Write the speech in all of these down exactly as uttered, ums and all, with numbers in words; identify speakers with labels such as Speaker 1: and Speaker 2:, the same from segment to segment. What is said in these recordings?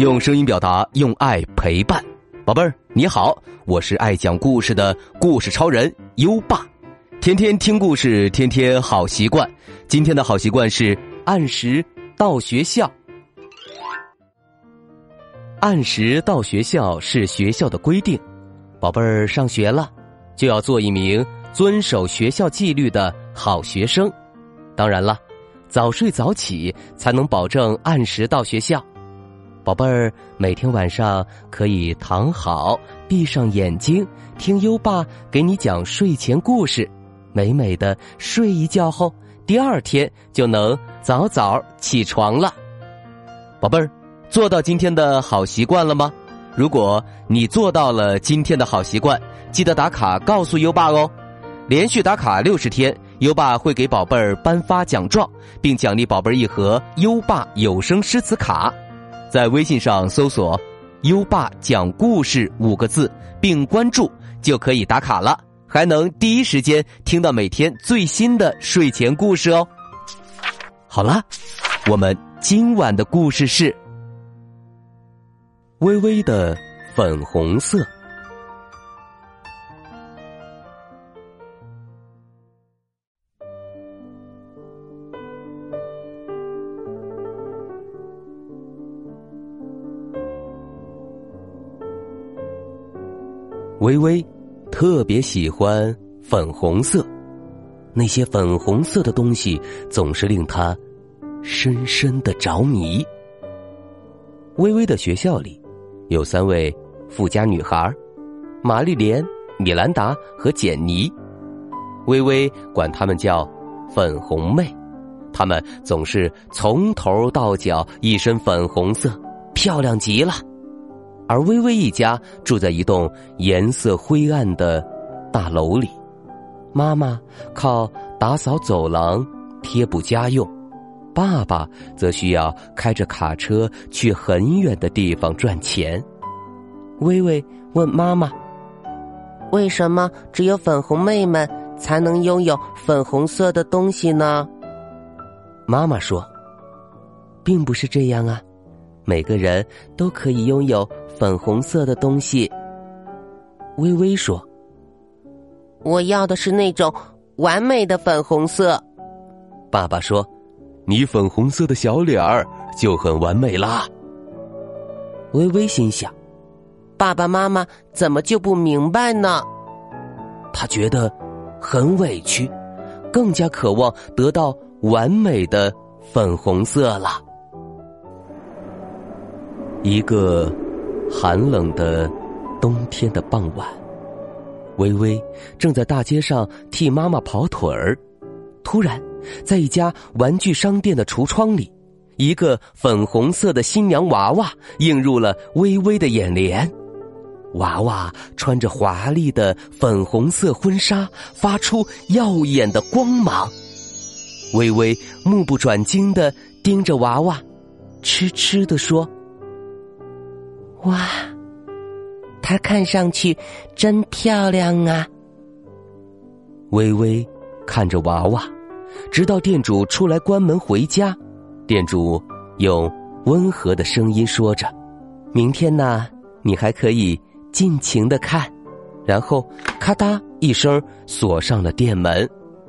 Speaker 1: 用声音表达，用爱陪伴。宝贝儿，你好，我是爱讲故事的故事超人优爸。天天听故事，天天好习惯。今天的好习惯是按时到学校。按时到学校是学校的规定，宝贝儿上学了，就要做一名遵守学校纪律的好学生。当然了，早睡早起才能保证按时到学校。宝贝儿，每天晚上可以躺好，闭上眼睛，听优爸给你讲睡前故事，美美的睡一觉后，第二天就能早早起床了。宝贝儿，做到今天的好习惯了吗？如果你做到了今天的好习惯，记得打卡告诉优爸哦。连续打卡六十天，优爸会给宝贝儿颁发奖状，并奖励宝贝儿一盒优爸有声诗词卡。在微信上搜索优爸讲故事五个字并关注，就可以打卡了，还能第一时间听到每天最新的睡前故事哦。好了，我们今晚的故事是微微的粉红色。微微特别喜欢粉红色，那些粉红色的东西总是令她深深的着迷。微微的学校里有三位富家女孩，玛丽莲、米兰达和简妮。微微管她们叫粉红妹，她们总是从头到脚一身粉红色，漂亮极了。而微微一家住在一栋颜色灰暗的大楼里，妈妈靠打扫走廊贴补家用，爸爸则需要开着卡车去很远的地方赚钱。微微问妈妈，
Speaker 2: 为什么只有粉红妹们才能拥有粉红色的东西呢？
Speaker 1: 妈妈说，并不是这样啊，每个人都可以拥有粉红色的东西。微微说，
Speaker 2: 我要的是那种完美的粉红色。
Speaker 1: 爸爸说，你粉红色的小脸儿就很完美啦。微微心想，
Speaker 2: 爸爸妈妈怎么就不明白呢？
Speaker 1: 他觉得很委屈，更加渴望得到完美的粉红色了。一个寒冷的冬天的傍晚，微微正在大街上替妈妈跑腿儿。突然，在一家玩具商店的橱窗里，一个粉红色的新娘娃娃映入了微微的眼帘。娃娃穿着华丽的粉红色婚纱，发出耀眼的光芒。微微目不转睛地盯着娃娃，痴痴地说，哇，她看上去真漂亮啊。微微看着娃娃，直到店主出来关门回家。店主用温和的声音说着，明天呢，你还可以尽情地看。然后咔嗒一声锁上了店门。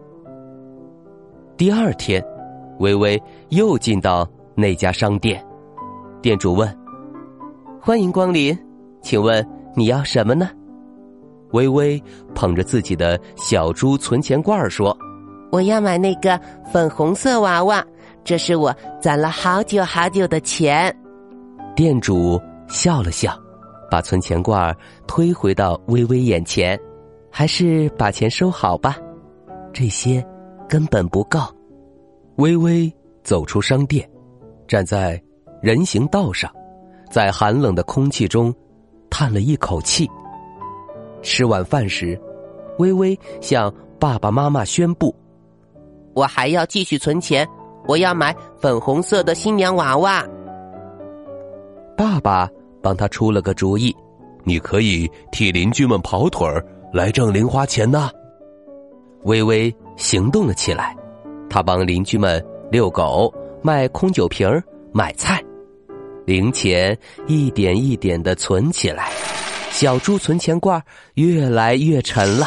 Speaker 1: 第二天，微微又进到那家商店，店主问，欢迎光临，请问你要什么呢？微微捧着自己的小猪存钱罐说，
Speaker 2: 我要买那个粉红色娃娃，这是我攒了好久好久的钱。
Speaker 1: 店主笑了笑，把存钱罐推回到微微眼前，还是把钱收好吧，这些根本不够。微微走出商店，站在人行道上，在寒冷的空气中叹了一口气。吃晚饭时，微微向爸爸妈妈宣布，
Speaker 2: 我还要继续存钱，我要买粉红色的新娘娃娃。
Speaker 1: 爸爸帮他出了个主意，你可以替邻居们跑腿儿来挣零花钱呢。微微行动了起来，他帮邻居们遛狗、卖空酒瓶、买菜。 零钱一点一点地存起来，小猪存钱罐越来越沉了。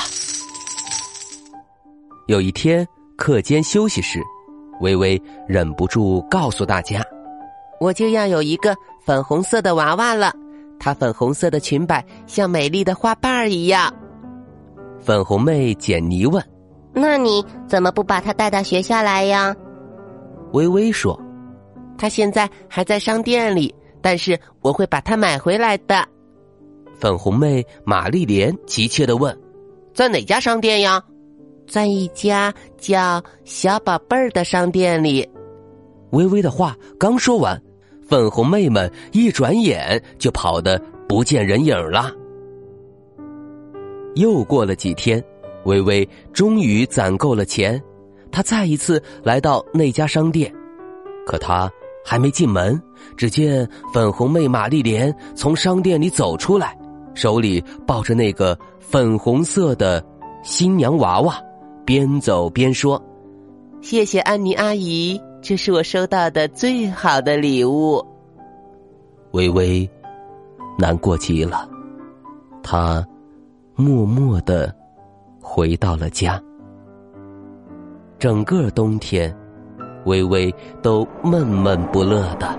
Speaker 1: 有一天课间休息时，微微忍不住告诉大家，
Speaker 2: 我就要有一个粉红色的娃娃了，它粉红色的裙摆像美丽的花瓣一样。
Speaker 1: 粉红妹简妮问，
Speaker 3: 那你怎么不把它带到学校来呀？
Speaker 1: 微微说，
Speaker 2: 它现在还在商店里，但是我会把它买回来的。
Speaker 1: 粉红妹玛丽莲急切地问，
Speaker 2: 在哪家商店呀？在一家叫小宝贝儿的商店里。
Speaker 1: 微微的话刚说完，粉红妹们一转眼就跑得不见人影了。又过了几天，微微终于攒够了钱，她再一次来到那家商店。可她还没进门，只见粉红妹玛丽莲从商店里走出来，手里抱着那个粉红色的新娘娃娃，边走边说，
Speaker 2: 谢谢安妮阿姨，这是我收到的最好的礼物。
Speaker 1: 微微难过极了，她默默地回到了家。整个冬天，微微都闷闷不乐的。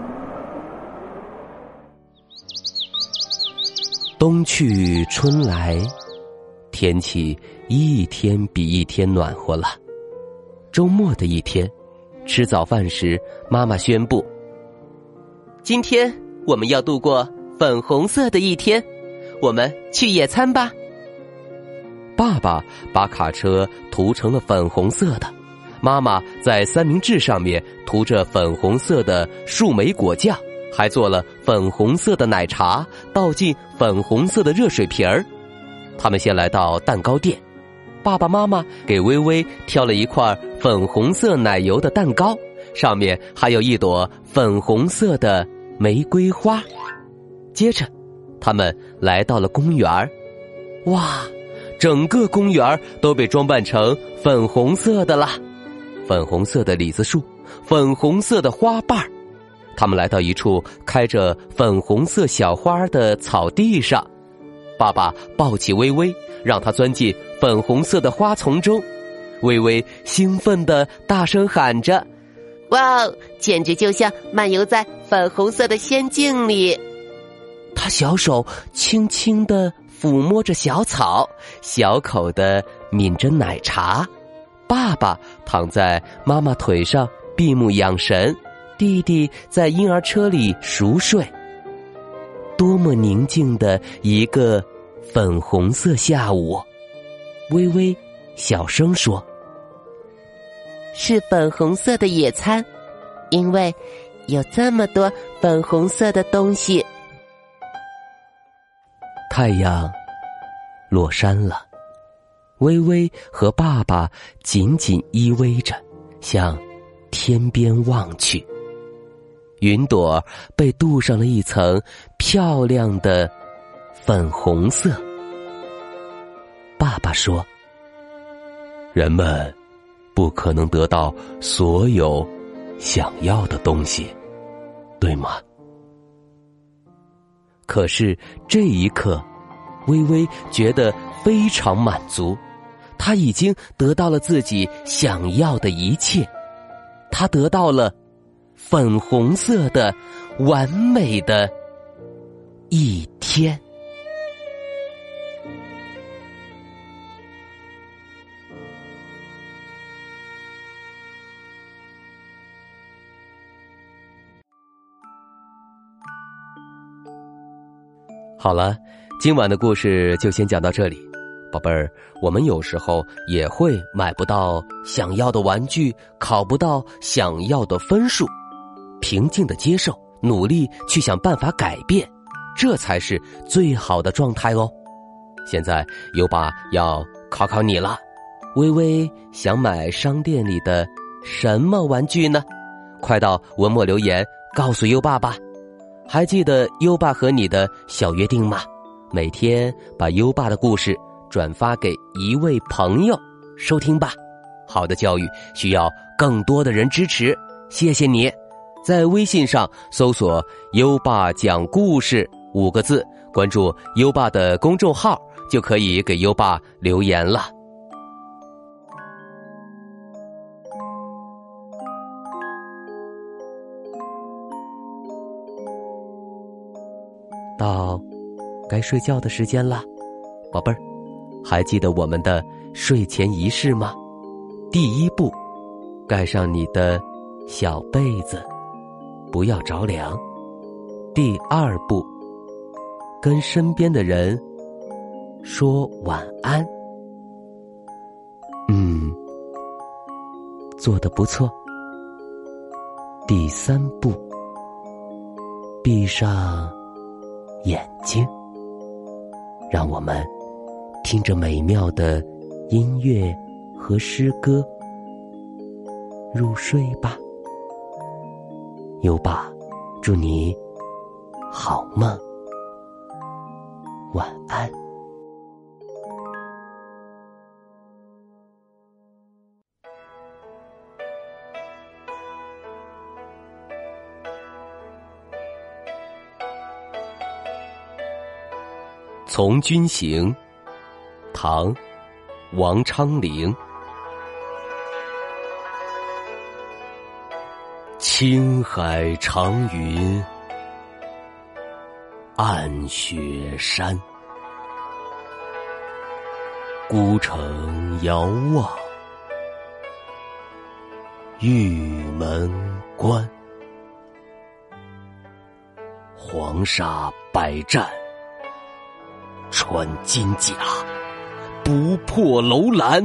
Speaker 1: 冬去春来，天气一天比一天暖和了。周末的一天，吃早饭时，妈妈宣布，
Speaker 2: 今天我们要度过粉红色的一天，我们去野餐吧。
Speaker 1: 爸爸把卡车涂成了粉红色的，妈妈在三明治上面涂着粉红色的树莓果酱，还做了粉红色的奶茶，倒进粉红色的热水瓶儿。他们先来到蛋糕店，爸爸妈妈给微微挑了一块粉红色奶油的蛋糕，上面还有一朵粉红色的玫瑰花。接着他们来到了公园，哇，整个公园都被装扮成粉红色的了，粉红色的李子树，粉红色的花瓣。他们来到一处开着粉红色小花的草地上，爸爸抱起微微，让她钻进粉红色的花丛中。微微兴奋地大声喊着，
Speaker 2: 哇哦，简直就像漫游在粉红色的仙境里。
Speaker 1: 他小手轻轻地抚摸着小草，小口地抿着奶茶。爸爸躺在妈妈腿上闭目养神，弟弟在婴儿车里熟睡。多么宁静的一个粉红色下午。微微小声说，
Speaker 2: 是粉红色的野餐，因为有这么多粉红色的东西。
Speaker 1: 太阳落山了，微微和爸爸紧紧依偎着，向天边望去。云朵被镀上了一层漂亮的粉红色。爸爸说，人们不可能得到所有想要的东西，对吗？可是这一刻，微微觉得非常满足，她已经得到了自己想要的一切，她得到了粉红色的完美的一天。好了，今晚的故事就先讲到这里。宝贝儿，我们有时候也会买不到想要的玩具，考不到想要的分数，平静地接受，努力去想办法改变，这才是最好的状态哦。现在优爸要考考你了，微微想买商店里的什么玩具呢？快到文末留言告诉优爸吧。还记得优爸和你的小约定吗？每天把优爸的故事转发给一位朋友收听吧。好的教育需要更多的人支持，谢谢你。 在微信上搜索优爸讲故事五个字，关注优爸的公众号，就可以给优爸留言了。到该睡觉的时间了，宝贝儿，还记得我们的睡前仪式吗？第一步，盖上你的小被子，不要着凉。第二步，跟身边的人说晚安。嗯，做得不错。第三步，闭上眼睛，让我们听着美妙的音乐和诗歌入睡吧。优爸祝你好梦，晚安。从军行，唐·王昌龄。青海长云暗雪山，孤城遥望玉门关。黄沙百战穿金甲，不破楼兰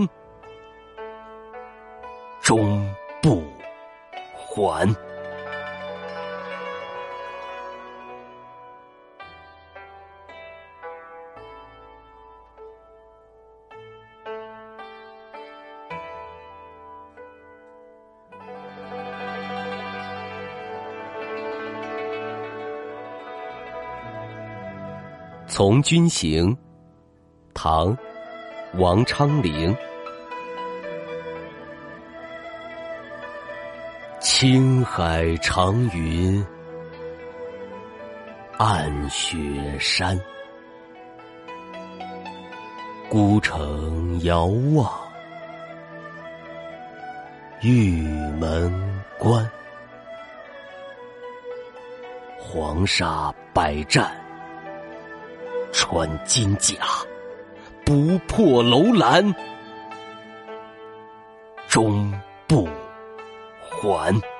Speaker 1: 终不还。从军行，唐·王昌龄。青海长云暗雪山，孤城遥望玉门关。黄沙百战穿金甲，不破楼兰终不还。